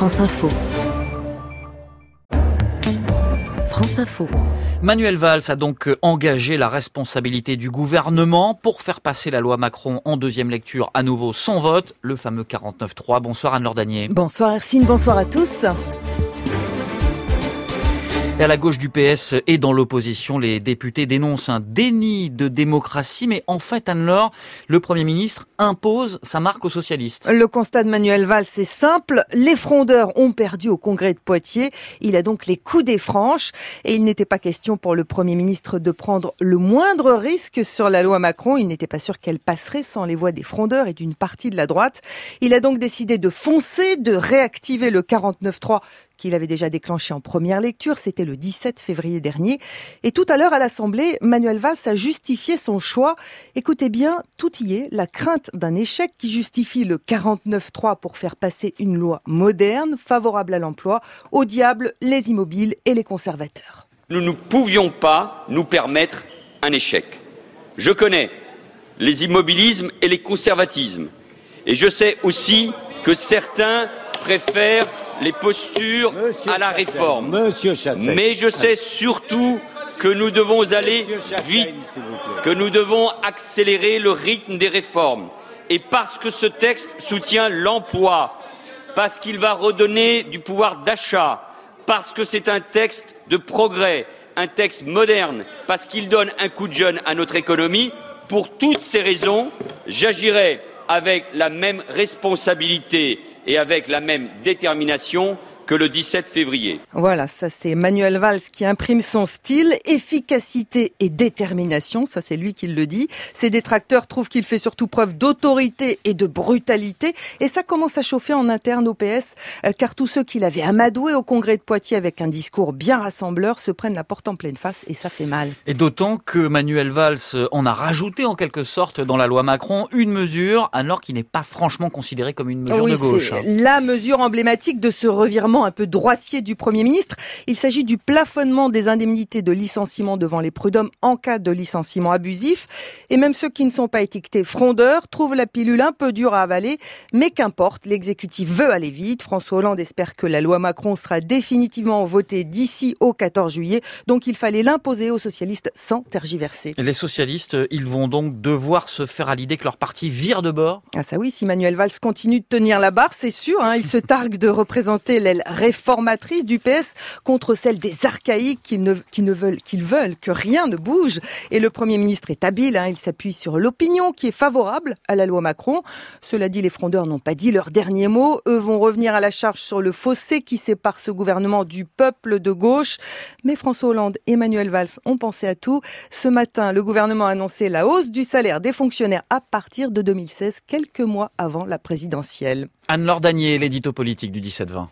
France Info. France Info. Manuel Valls a donc engagé la responsabilité du gouvernement pour faire passer la loi Macron en deuxième lecture à nouveau sans vote, le fameux 49.3. Bonsoir Anne-Laure Danier. Bonsoir Hercine, bonsoir à tous. Et à la gauche du PS et dans l'opposition, les députés dénoncent un déni de démocratie. Mais en fait, Anne-Laure, le Premier ministre impose sa marque aux socialistes. Le constat de Manuel Valls est simple. Les frondeurs ont perdu au congrès de Poitiers. Il a donc les coudées franches. Et il n'était pas question pour le Premier ministre de prendre le moindre risque sur la loi Macron. Il n'était pas sûr qu'elle passerait sans les voix des frondeurs et d'une partie de la droite. Il a donc décidé de foncer, de réactiver le 49.3 qu'il avait déjà déclenché en première lecture, c'était le 17 février dernier. Et tout à l'heure à l'Assemblée, Manuel Valls a justifié son choix. Écoutez bien, tout y est, la crainte d'un échec qui justifie le 49.3 pour faire passer une loi moderne, favorable à l'emploi, au diable les immobiles et les conservateurs. Nous ne pouvions pas nous permettre un échec. Je connais les immobilismes et les conservatismes. Et je sais aussi que certains préfèrent les postures à la réforme. Mais je sais surtout que nous devons aller vite, que nous devons accélérer le rythme des réformes. Et parce que ce texte soutient l'emploi, parce qu'il va redonner du pouvoir d'achat, parce que c'est un texte de progrès, un texte moderne, parce qu'il donne un coup de jeune à notre économie, pour toutes ces raisons, j'agirai avec la même responsabilité et avec la même détermination que le 17 février. Voilà, ça c'est Manuel Valls qui imprime son style, efficacité et détermination, ça c'est lui qui le dit. Ses détracteurs trouvent qu'il fait surtout preuve d'autorité et de brutalité et ça commence à chauffer en interne au PS car tous ceux qui l'avaient amadoué au congrès de Poitiers avec un discours bien rassembleur se prennent la porte en pleine face et ça fait mal. Et d'autant que Manuel Valls en a rajouté en quelque sorte dans la loi Macron une mesure alors qui n'est pas franchement considérée comme une mesure de gauche. C'est la mesure emblématique de ce revirement un peu droitier du Premier ministre. Il s'agit du plafonnement des indemnités de licenciement devant les prud'hommes en cas de licenciement abusif. Et même ceux qui ne sont pas étiquetés frondeurs trouvent la pilule un peu dure à avaler. Mais qu'importe, l'exécutif veut aller vite. François Hollande espère que la loi Macron sera définitivement votée d'ici au 14 juillet. Donc il fallait l'imposer aux socialistes sans tergiverser. Et les socialistes, ils vont donc devoir se faire à l'idée que leur parti vire de bord. Ah ça oui, si Manuel Valls continue de tenir la barre, c'est sûr. Il se targue de représenter l'aile réformatrice du PS contre celle des archaïques qui veulent que rien ne bouge. Et le Premier ministre est habile, il s'appuie sur l'opinion qui est favorable à la loi Macron. Cela dit, les frondeurs n'ont pas dit leur dernier mot. Eux vont revenir à la charge sur le fossé qui sépare ce gouvernement du peuple de gauche. Mais François Hollande et Manuel Valls ont pensé à tout. Ce matin, le gouvernement a annoncé la hausse du salaire des fonctionnaires à partir de 2016, quelques mois avant la présidentielle. Anne-Laure Danier, l'édito politique du 17-20.